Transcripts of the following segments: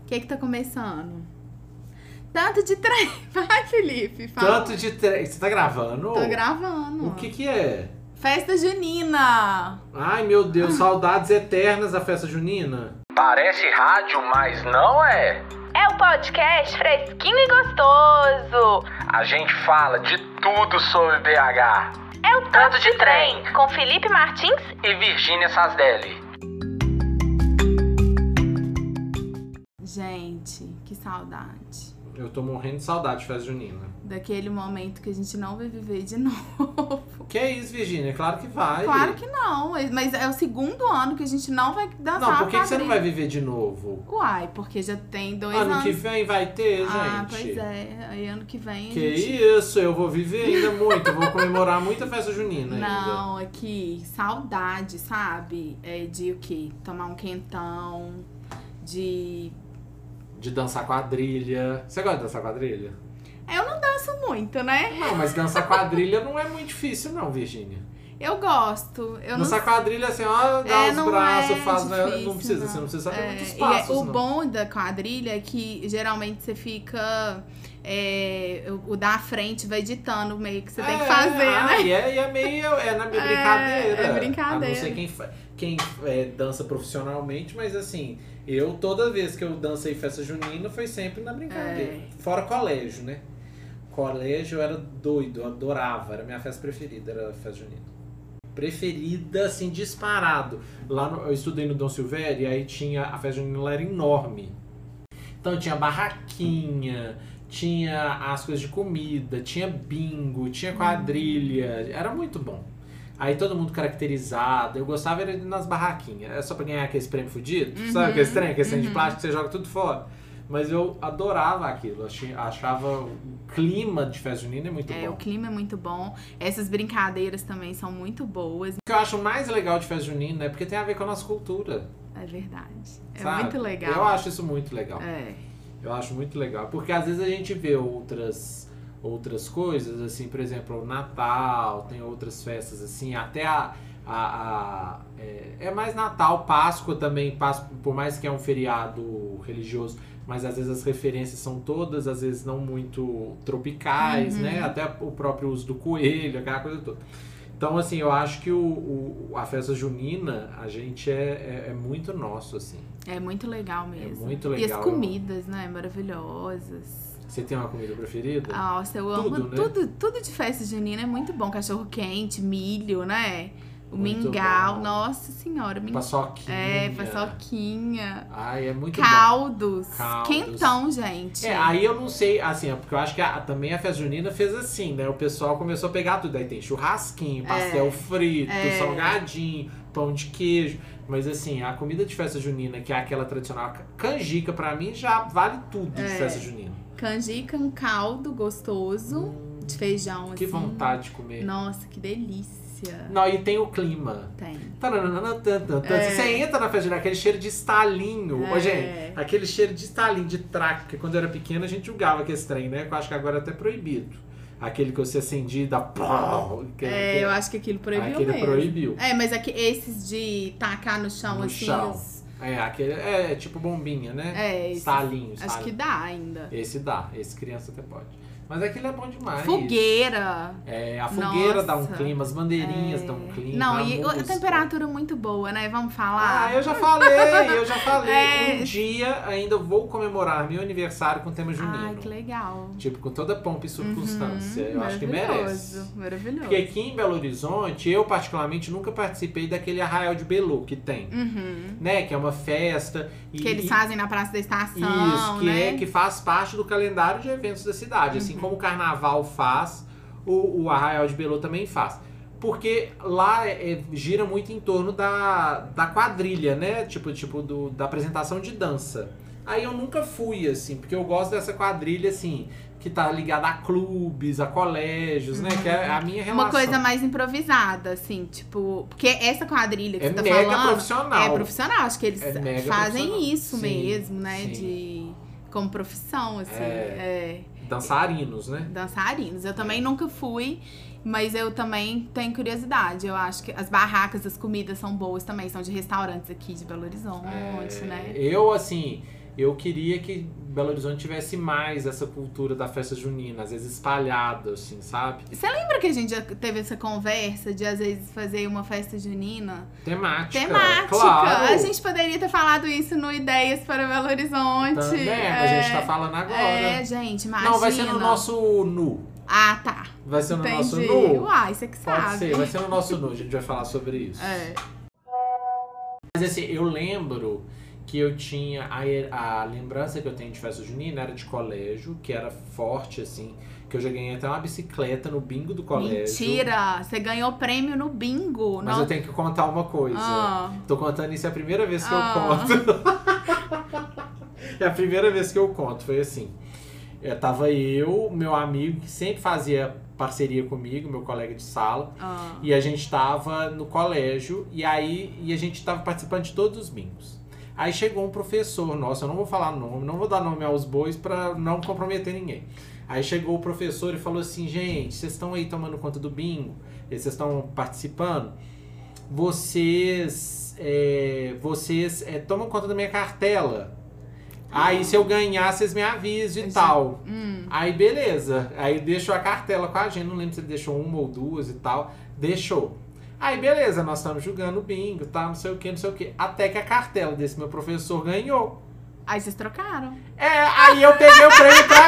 O que tá começando? Tanto de trem. Vai, Felipe, fala. Tanto de trem. Você tá gravando? Tô gravando. O que é? Festa junina. Ai, meu Deus, saudades eternas da festa junina. Parece rádio, mas não é. É o podcast fresquinho e gostoso. A gente fala de tudo sobre BH. É o Tanto de Trem, com Felipe Martins e Virgínia Sasdelli. Gente, que saudade. Eu tô morrendo de saudade de festa junina. Daquele momento que a gente não vai viver de novo. Que é isso, Virgínia? Claro que vai. Claro que não, mas é o segundo ano que a gente não vai dançar. Não, por que você não vai viver de novo? Uai, porque já tem 2 anos. Ano que vem vai ter, gente. Ah, pois é. Aí ano que vem Que a gente... isso, eu vou viver ainda muito. Eu vou comemorar muita festa junina ainda. Não, aqui, saudade, sabe? É de o quê? Tomar um quentão, de dançar quadrilha. Você gosta de dançar quadrilha? Eu não danço muito, né? Não, mas dançar quadrilha não é muito difícil não, Virgínia. Eu gosto. Dançar quadrilha assim, ó, dá os braços, faz... Difícil, não precisa, não. Você não precisa saber muitos passos, o não. bom da quadrilha é que geralmente você fica... o da frente vai ditando meio que você tem que fazer, né? E é meio... É na brincadeira. É brincadeira. A não ser quem dança profissionalmente, mas assim... Eu, toda vez que eu dancei festa junina, foi sempre na brincadeira. Fora colégio, né? Colégio eu era doido, eu adorava. Era a minha festa preferida, era a festa junina. Preferida, assim, disparado. Lá eu estudei no Dom Silvério e aí tinha... A festa junina lá era enorme. Então tinha barraquinha, tinha as coisas de comida, tinha bingo, tinha quadrilha. Era muito bom. Aí todo mundo caracterizado. Eu gostava era de ir nas barraquinhas. É só pra ganhar aquele prêmio fudido. Sabe aquele trem? Aquele trem de plástico que você joga tudo fora. Mas eu adorava aquilo. Achava o clima de festa junina muito bom. O clima é muito bom. Essas brincadeiras também são muito boas. O que eu acho mais legal de festa junina é porque tem a ver com a nossa cultura. É verdade. É sabe? muito legal. Eu acho isso muito legal. É. Eu acho muito legal. Porque às vezes a gente vê outras coisas, assim, por exemplo, o Natal, tem outras festas, assim, até é mais Natal, Páscoa também, por mais que é um feriado religioso, mas às vezes as referências são todas, às vezes não muito tropicais, né? Até o próprio uso do coelho, aquela coisa toda. Então, assim, eu acho que a festa junina, a gente é muito nosso, assim. É muito legal mesmo. É muito legal. E as comidas, né? Maravilhosas. Você tem uma comida preferida? Nossa, eu amo tudo de festa junina, é muito bom. Cachorro quente, milho, né? O muito mingau, bom. Nossa senhora. Paçoquinha. Paçoquinha. Ai, é muito Caldos. bom. Quentão, gente. Aí eu não sei, assim, porque eu acho que também a festa junina fez assim, né? O pessoal começou a pegar tudo. Aí tem churrasquinho, pastel frito, salgadinho, pão de queijo. Mas assim, a comida de festa junina, que é aquela tradicional, canjica, pra mim, já vale tudo de festa junina. Canjica, um caldo gostoso de feijão, assim. Que vontade de comer. Nossa, que delícia. Não, e tem o clima. Tem. Você entra na festa junina, aquele cheiro de estalinho. Ô, gente, aquele cheiro de estalinho, de traque. Porque quando eu era pequena, a gente julgava que esse trem, né? Eu acho que agora é até proibido. Aquele que você acendia e dá... eu acho que aquilo proibiu mesmo. Aquele proibiu. Mas esses de tacar no chão, assim... Aquele é tipo bombinha, né? Estalinho. Acho que dá ainda. Esse dá. Esse criança até pode. Mas aquilo é bom demais. Fogueira. A fogueira dá um clima, as bandeirinhas dão um clima. Não, e a temperatura muito boa, né? Vamos falar? Eu já falei. Um dia ainda vou comemorar meu aniversário com tema junino. Ai, que legal. Tipo, com toda pompa e circunstância. Eu acho que merece. Maravilhoso. Porque aqui em Belo Horizonte, eu particularmente nunca participei daquele Arraial de Belu que tem. Né? Que é uma festa. Que eles fazem na Praça da Estação. Isso, né? que faz parte do calendário de eventos da cidade. Assim como o Carnaval faz, o Arraial de Belu também faz. Porque lá gira muito em torno da quadrilha, né? Tipo da apresentação de dança. Aí eu nunca fui, assim, porque eu gosto dessa quadrilha, assim, que tá ligada a clubes, a colégios, né? Que é a minha relação. Uma coisa mais improvisada, assim, tipo... Porque essa quadrilha que você tá mega falando... profissional. É profissional. Acho que eles fazem isso mesmo, né? Sim. Como profissão, assim. Dançarinos, né? Dançarinos. Eu também nunca fui, mas eu também tenho curiosidade. Eu acho que as barracas, as comidas são boas também. São de restaurantes aqui de Belo Horizonte, né? Eu, assim... eu queria que Belo Horizonte tivesse mais essa cultura da festa junina, às vezes espalhada, assim, sabe? Você lembra que a gente já teve essa conversa de, às vezes, fazer uma festa junina? Temática, Claro. A A gente poderia ter falado isso no Ideias para Belo Horizonte. Também, a gente tá falando agora. Gente, imagina. Não, vai ser no nosso nu. Ah, tá. Vai ser no nosso Entendi. nu? Uai, você que sabe. Pode ser, vai ser no nosso nu, a gente vai falar sobre isso. Mas assim, eu lembro que eu tinha a lembrança que eu tenho de festa junina era de colégio, que era forte, assim, que eu já ganhei até uma bicicleta no bingo do colégio. Mentira! Você ganhou prêmio no bingo. Mas eu tenho que contar uma coisa. Tô contando isso, é a primeira vez que eu conto. É a primeira vez que eu conto, foi assim. Tava eu, meu amigo, que sempre fazia parceria comigo, meu colega de sala, e a gente tava no colégio, e a gente tava participando de todos os bingos. Aí chegou um professor nosso, eu não vou falar nome, não vou dar nome aos bois pra não comprometer ninguém. Aí chegou o professor e falou assim, gente, vocês estão aí tomando conta do bingo? Vocês estão participando? Vocês tomam conta da minha cartela. Aí se eu ganhar, vocês me avisam e tal. Aí beleza. Aí deixou a cartela com a gente. Não lembro se ele deixou uma ou duas e tal. Deixou. Aí beleza, nós estamos jogando bingo, tá? Não sei o que. Até que a cartela desse meu professor ganhou. Aí vocês trocaram. Aí eu peguei o prêmio pra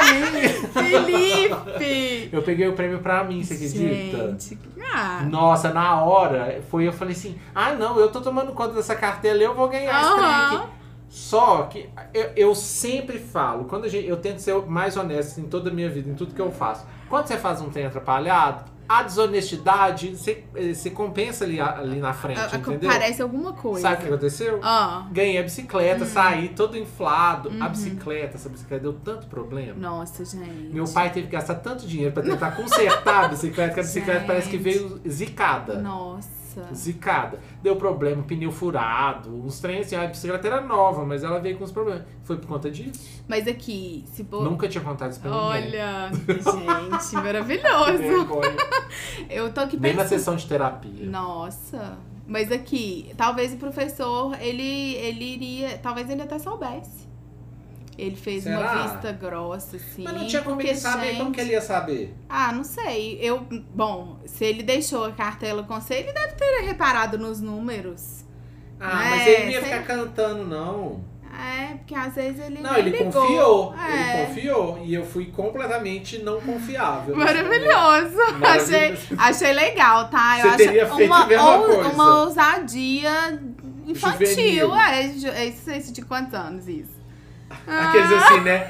mim. Felipe! Eu peguei o prêmio pra mim, você acredita? Gente, Nossa, na hora, eu falei assim, não, eu tô tomando conta dessa cartela, eu vou ganhar esse trem aqui. Só que eu sempre falo, quando eu tento ser mais honesto em toda a minha vida, em tudo que eu faço. Quando você faz um trem atrapalhado, a desonestidade você compensa ali na frente, entendeu? Parece alguma coisa. Sabe o que aconteceu? Ganhei a bicicleta, saí todo inflado. Essa bicicleta deu tanto problema. Nossa, gente. Meu pai teve que gastar tanto dinheiro pra tentar consertar a bicicleta, que a bicicleta parece que veio zicada. Nossa. Zicada. Deu problema, pneu furado, uns trens assim, a bicicleta era nova, mas ela veio com os problemas. Foi por conta disso. Mas aqui, se for... Nunca tinha contado isso pra ninguém. Olha, gente, maravilhoso. Eu tô aqui pensando... Nem na sessão de terapia. Nossa. Mas aqui, talvez o professor, ele iria... Talvez ele até soubesse. Ele fez uma vista grossa, assim. Mas não tinha como ele saber, como que ele ia saber? Não sei. Bom, se ele deixou a cartela com você, ele deve ter reparado nos números. Mas ele não ia ficar cantando, não. Porque às vezes ele não, ele ligou. Confiou. Ele confiou. E eu fui completamente não confiável. Maravilhoso. Achei legal, tá? Você teria feito a mesma coisa. Uma ousadia infantil. Isso de quantos anos, isso? Aqueles assim, né?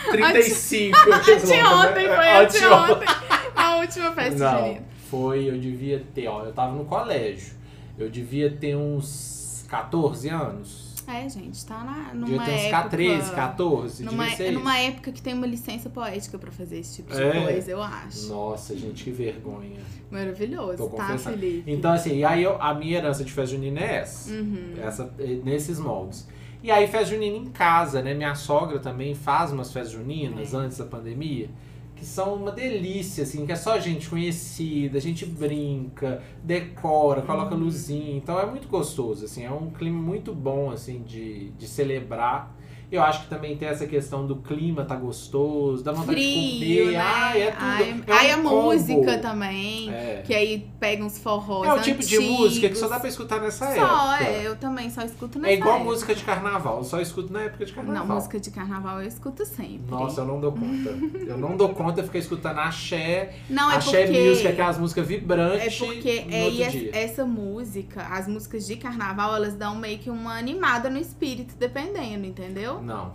35. Anteontem, foi anteontem. A última festa junina. Eu devia ter, eu tava no colégio. Eu devia ter uns 14 anos. Gente, tá numa devia ter uns época... 13, 14, numa época que tem uma licença poética pra fazer esse tipo de coisa, eu acho. Nossa, gente, que vergonha. Maravilhoso, tá, Felipe? Então, assim, aí a minha herança de festa junina é essa. Nesses moldes. E aí, festa junina em casa, né? Minha sogra também faz umas festas juninas antes da pandemia, que são uma delícia, assim, que é só gente conhecida, a gente brinca, decora, coloca luzinha. Então é muito gostoso, assim, é um clima muito bom, assim, de celebrar. Eu acho que também tem essa questão do clima tá gostoso, dá vontade de comer. Né? É tudo. A música também, que aí pega uns forrós o tipo de música que só dá pra escutar nessa época. Eu também só escuto nessa época. É igual música de carnaval, eu só escuto na época de carnaval. Não, música de carnaval eu escuto sempre. Nossa, eu não dou conta. Eu não dou conta de ficar escutando axé, não, axé music, aquelas músicas vibrantes. É porque essa música, as músicas de carnaval, elas dão meio que uma animada no espírito, dependendo, entendeu? Não.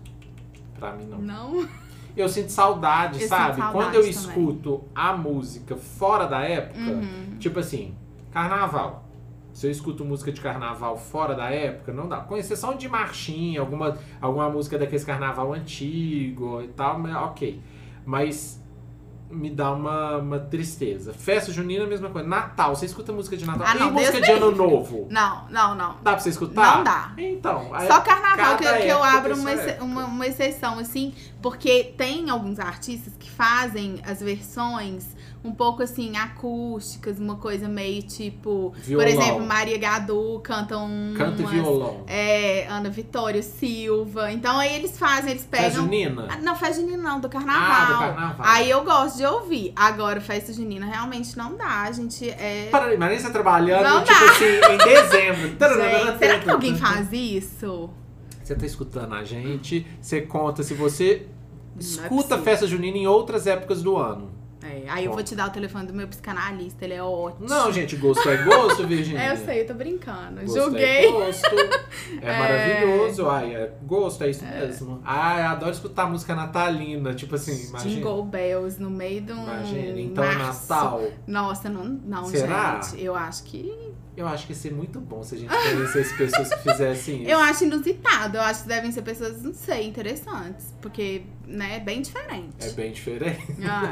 Pra mim, não. Não? Eu sinto saudade, sabe? Quando eu escuto a música fora da época, tipo assim, carnaval. Se eu escuto música de carnaval fora da época, não dá. Com exceção de marchinha, alguma música daqueles carnaval antigo e tal, ok. Mas me dá uma tristeza. Festa junina, a mesma coisa. Natal, você escuta música de Natal? Não, e música de Ano Novo? Não. Dá pra você escutar? Não dá. Então. Só Carnaval que eu abro uma uma exceção, assim, porque tem alguns artistas que fazem as versões um pouco assim, acústicas, uma coisa meio tipo... Violão. Por exemplo, Maria Gadu canta e violão. Ana Vitória Silva. Então aí eles pegam... Festa junina? Não, festa junina não, do Carnaval. Do Carnaval. Aí eu gosto de ouvir. Agora, festa junina realmente não dá, a gente Mas nem você trabalhando, não tipo dá. assim, em dezembro. Gente, será que alguém faz isso? Você tá escutando a gente, você conta se você escuta possível. festa junina em outras épocas do ano. Aí eu vou te dar o telefone do meu psicanalista, ele é ótimo. Não, gente, gosto é gosto, Virgínia. Eu sei, eu tô brincando. Gosto Julguei. É gosto. Maravilhoso. Ai, gosto, é isso mesmo. Ai, eu adoro escutar música natalina. Tipo assim, imagina. Jingle Bells no meio de um. Imagina, então março. Natal. Nossa, não, Será? gente. Eu acho que. Eu acho que ia ser muito bom se a gente conhecesse pessoas que fizessem isso. Eu acho inusitado. Eu acho que devem ser pessoas, não sei, interessantes. Porque, né, é bem diferente. É bem diferente.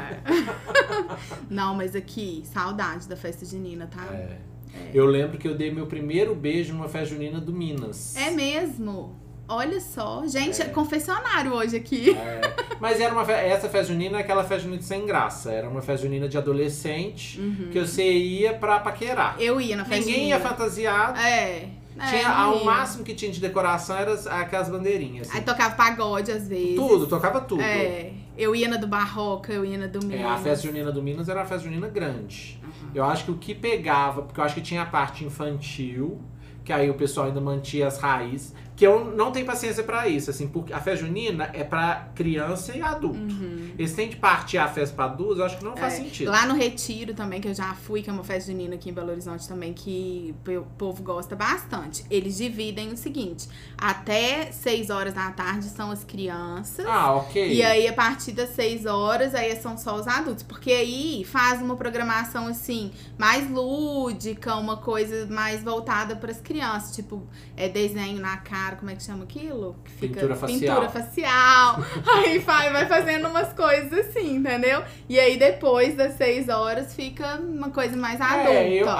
Não, mas aqui, saudade da festa junina, tá? Eu lembro que eu dei meu primeiro beijo numa festa junina do Minas. É mesmo? Olha só. Gente, é confessionário hoje aqui. Mas era essa festa junina é aquela festa junina sem graça. Era uma festa junina de adolescente que você ia pra paquerar. Eu ia na festa junina. Ninguém ia fantasiado. O máximo que tinha de decoração era aquelas bandeirinhas. Assim. Aí tocava pagode às vezes. Tocava tudo. Eu ia na do Barroca, eu ia na do Minas. A festa junina do Minas era uma festa junina grande. Eu acho que o que pegava, porque eu acho que tinha a parte infantil, que aí o pessoal ainda mantinha as raízes, que eu não tenho paciência pra isso, assim, porque a festa junina é pra criança e adulto. Eles têm de partir a festa pra adultos, eu acho que não faz sentido. Lá no Retiro também, que eu já fui, que é uma festa junina aqui em Belo Horizonte também, que o povo gosta bastante. Eles dividem o seguinte, até 6 horas da tarde são as crianças. Ok. E aí, a partir das 6 horas, aí são só os adultos. Porque aí faz uma programação, assim, mais lúdica, uma coisa mais voltada pras crianças. Tipo, desenho na cara, como é que chama aquilo? Que fica Pintura facial. Pintura facial. Aí vai fazendo umas coisas assim, entendeu? E aí depois das 6 horas fica uma coisa mais adulta. Eu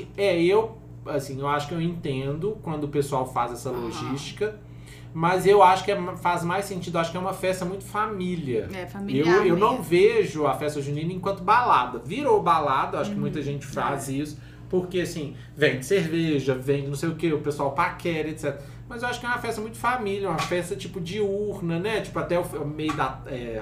acho que eu entendo quando o pessoal faz essa logística. Mas eu acho que faz mais sentido, acho que é uma festa muito família. Familiar. Eu não vejo a festa junina enquanto balada. Virou balada, acho que muita gente faz isso. Porque, assim, vende cerveja, vende não sei o que, o pessoal paquera, etc. Mas eu acho que é uma festa muito família, uma festa tipo diurna, né? Tipo, até o meio da...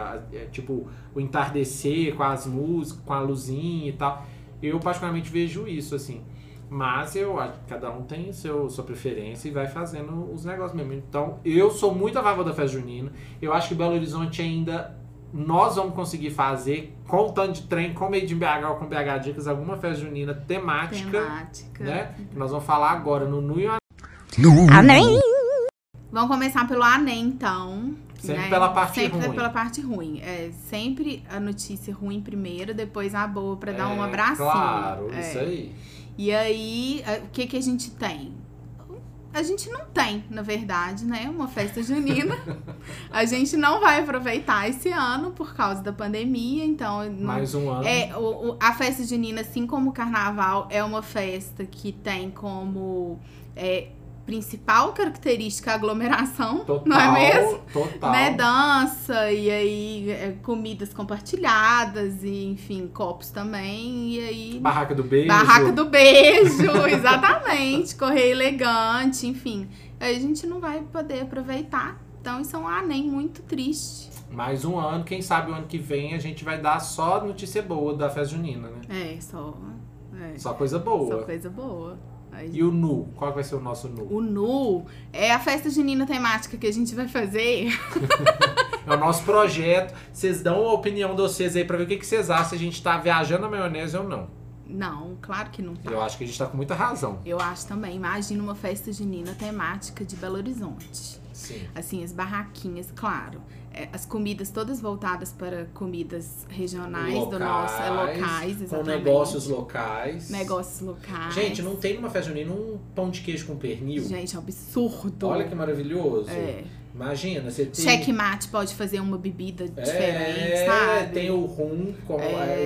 tipo, o entardecer com as músicas, com a luzinha e tal. Eu particularmente vejo isso, assim. Mas eu acho que cada um tem sua preferência e vai fazendo os negócios mesmo. Então, eu sou muito a favor da festa junina. Eu acho que Belo Horizonte ainda... Nós vamos conseguir fazer, com o tanto de trem, com Made in BH ou com BH Dicas, alguma festa junina temática. Né? Que nós vamos falar agora no Nu e o Anem. Vamos começar pelo Anem, então. Sempre pela parte ruim. Sempre pela parte ruim. Sempre a notícia ruim primeiro, depois a boa pra dar um abracinho. Claro, isso aí. E aí, o que a gente tem? A gente não tem, na verdade, né? Uma festa junina. A gente não vai aproveitar esse ano por causa da pandemia, então... Mais um ano. A festa junina, assim como o carnaval, é uma festa que tem como... principal característica a aglomeração, total, não é mesmo? Total. Né? Dança, e aí comidas compartilhadas, e enfim, copos também, e aí... Barraca do beijo. Barraca do beijo, exatamente. Correio elegante, enfim. Aí a gente não vai poder aproveitar. Então isso é um Anem muito triste. Mais um ano, quem sabe o ano que vem a gente vai dar só notícia boa da festa junina, né? Só coisa boa. Só coisa boa. E o Nu? Qual vai ser o nosso Nu? O Nu é a festa junina temática que a gente vai fazer. É o nosso projeto. Vocês dão a opinião de vocês aí pra ver o que vocês acham, se a gente tá viajando na maionese ou não. Não, claro que não tá. Eu acho que a gente tá com muita razão. Eu acho também. Imagina uma festa junina temática de Belo Horizonte. Sim. Assim, as barraquinhas, claro. As comidas todas voltadas para comidas regionais locais, exatamente. Com negócios locais. Negócios locais. Gente, não tem numa festa junina um pão de queijo com pernil? Gente, é um absurdo. Olha que maravilhoso. Imagina, você tem... Checkmate pode fazer uma bebida diferente, sabe? Tem o rum, como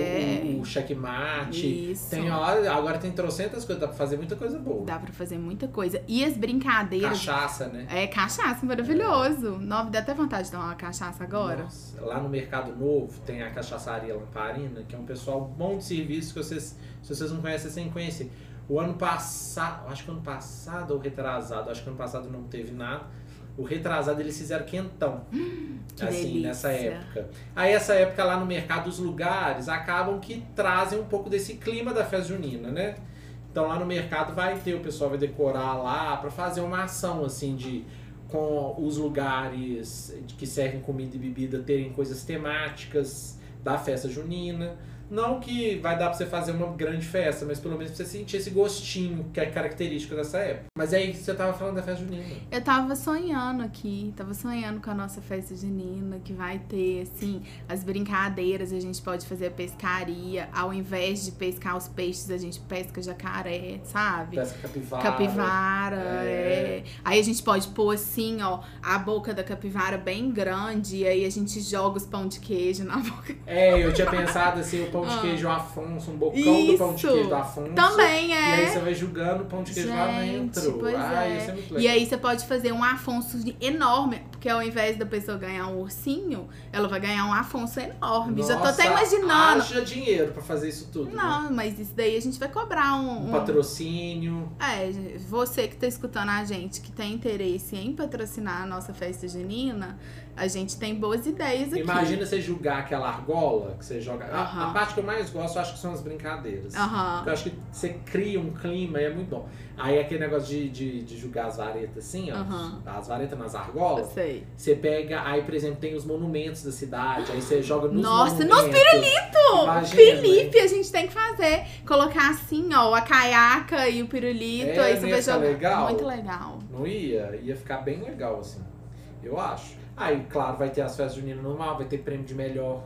o checkmate. Isso. Agora tem trocentas coisas, dá pra fazer muita coisa boa. Dá pra fazer muita coisa. E as brincadeiras... Cachaça, né? Cachaça, maravilhoso. Dá até vontade de tomar uma cachaça agora. Nossa, lá no Mercado Novo tem a cachaçaria Lamparina, que é um pessoal bom de serviço, que se vocês não conhecem, vocês conhecem. O ano passado, acho que ano passado ou retrasado, acho que ano passado não teve nada. O retrasado eles fizeram quentão, que assim, delícia. nessa época. Aí essa época lá no mercado, os lugares acabam que trazem um pouco desse clima da festa junina, né? Então lá no mercado o pessoal vai decorar lá pra fazer uma ação, assim, com os lugares que servem comida e bebida terem coisas temáticas da festa junina. Não que vai dar pra você fazer uma grande festa, mas pelo menos pra você sentir esse gostinho que é característico dessa época. Mas aí você tava falando da festa junina. Eu tava sonhando com a nossa festa junina, que vai ter, assim, as brincadeiras, a gente pode fazer a pescaria. Ao invés de pescar os peixes, a gente pesca jacaré, sabe? Pesca capivara. Capivara, Aí a gente pode pôr, assim, ó, a boca da capivara bem grande, e aí a gente joga os pão de queijo na boca. Eu tinha pensado, assim, o pão de queijo Afonso, um bocão do pão de queijo do Afonso. Também E aí você vai jogando o pão de queijo lá dentro. Pois Isso é muito legal. E aí você pode fazer um Afonso enorme, porque ao invés da pessoa ganhar um ursinho, ela vai ganhar um Afonso enorme. Nossa, já tô até imaginando. Haja dinheiro pra fazer isso tudo. Não, né? mas isso daí a gente vai cobrar um patrocínio. Você que tá escutando a gente, que tem interesse em patrocinar a nossa festa junina, a gente tem boas ideias aqui. Imagina você jogar aquela argola que você joga. A parte que eu mais gosto, eu acho que são as brincadeiras. Eu acho que você cria um clima e é muito bom. Aí aquele negócio de jogar as varetas assim, ó. As varetas nas argolas. Eu sei. Você pega, aí, por exemplo, tem os monumentos da cidade. Aí você joga nos Nossa, monumentos. nos pirulitos! Imagina, Felipe, a gente tem que fazer. Colocar assim, ó, a caiaca e o pirulito. Aí você vai jogar. Legal. Muito legal. Não ia? Ia ficar bem legal, assim. Eu acho. Aí, claro, vai ter as festas juninas normal, vai ter prêmio de melhor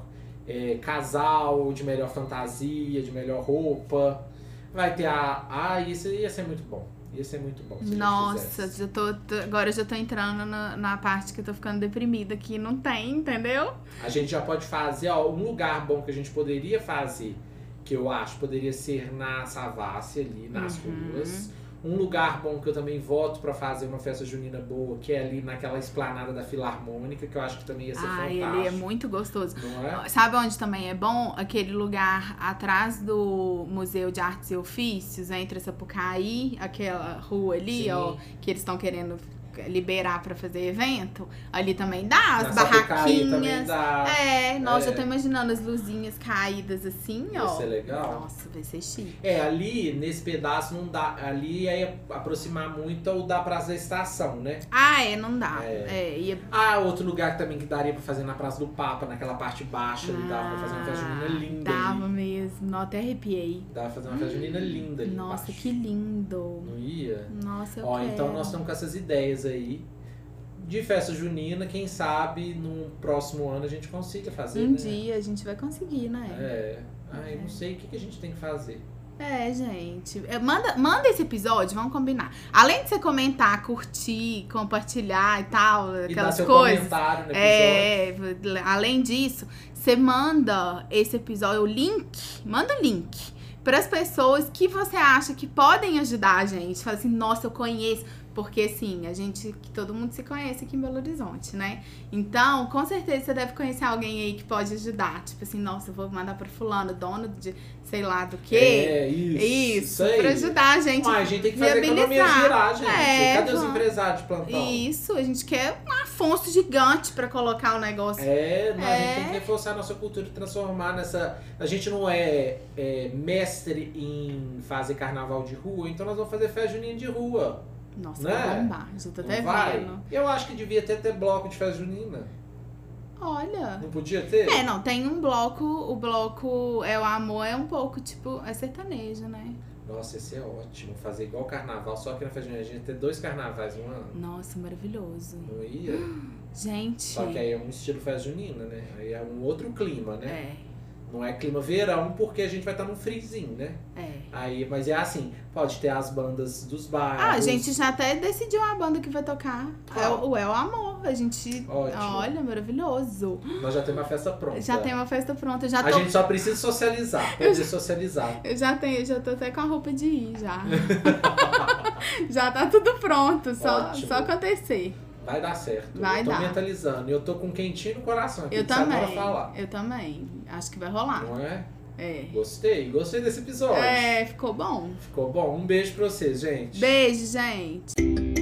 casal, de melhor fantasia, de melhor roupa. Vai ter isso ia ser muito bom. Ia ser muito bom. Nossa, agora eu já tô entrando na parte que eu tô ficando deprimida, que não tem, entendeu? A gente já pode fazer, um lugar bom que a gente poderia fazer, que eu acho, poderia ser na Savassi, ali nas ruas. Um lugar bom que eu também voto pra fazer uma festa junina boa, que é ali naquela esplanada da Filarmônica, que eu acho que também ia ser fantástico. Ele é muito gostoso. Não é? Sabe onde também é bom? Aquele lugar atrás do Museu de Artes e Ofícios, entre Sapucaí, aquela rua ali, ó, que eles estão querendo liberar pra fazer evento. Ali também dá, as barraquinhas. Também dá. Nossa, eu tô imaginando as luzinhas caídas assim, ó. Vai ser legal. Nossa, vai ser chique. Ali, nesse pedaço, não dá. Ali é aproximar muito ou da Praça da Estação, né? Não dá. Outro lugar também que daria pra fazer na Praça do Papa, naquela parte baixa ali, dava pra fazer uma festa junina linda. Dava mesmo. Não, até arrepiei. Dava pra fazer uma festa junina linda ali. Nossa, embaixo. que lindo. Não ia? Nossa, eu quero. Então nós estamos com essas ideias aí de festa junina. Quem sabe no próximo ano a gente consiga fazer, Um dia a gente vai conseguir, né? Eu não sei o que a gente tem que fazer. Gente. Manda esse episódio, vamos combinar. Além de você comentar, curtir, compartilhar e tal, aquelas coisas. Comentário no episódio. Além disso, você manda esse episódio, manda o link para as pessoas que você acha que podem ajudar a gente. Fala assim, nossa, eu conheço. Porque, assim, todo mundo se conhece aqui em Belo Horizonte, né? Então, com certeza você deve conhecer alguém aí que pode ajudar. Tipo assim, nossa, eu vou mandar pra fulano, dono de sei lá do quê. Isso aí. Pra ajudar a gente. A gente tem que fazer a economia girar, gente. Cadê os empresários de plantão? Isso, a gente quer um Afonso gigante pra colocar o negócio. A gente tem que reforçar a nossa cultura e transformar nessa... A gente não é mestre em fazer carnaval de rua, então nós vamos fazer festa junina de rua. Nossa, vai bombar, já tô até vendo. Eu acho que devia ter bloco de festa junina. Olha. Não podia ter? Não, tem um bloco, o bloco o Amor é um pouco, tipo, é sertanejo, né? Nossa, esse é ótimo. Fazer igual carnaval, só que na festa junina a gente ter 2 carnavais no ano. Nossa, maravilhoso. Não ia? Gente. Só que aí é um estilo festa junina, né? Aí é um outro clima, né? Não é clima verão, porque a gente vai estar num friozinho, né? Aí, mas é assim, pode ter as bandas dos bairros. A gente já até decidiu a banda que vai tocar. O El Amor. A gente. Ótimo. Olha, maravilhoso. Nós já temos uma festa pronta. Já tem uma festa pronta. A gente só precisa socializar, poder socializar. Eu já tô até com a roupa de ir já. Já tá tudo pronto, só acontecer. Vai dar certo. Vai dar. Eu tô mentalizando. Eu tô com um quentinho no coração aqui. Eu também. Falar. Eu também. Acho que vai rolar. Não é? É. Gostei desse episódio. Ficou bom. Ficou bom. Um beijo pra vocês, gente. Beijo, gente.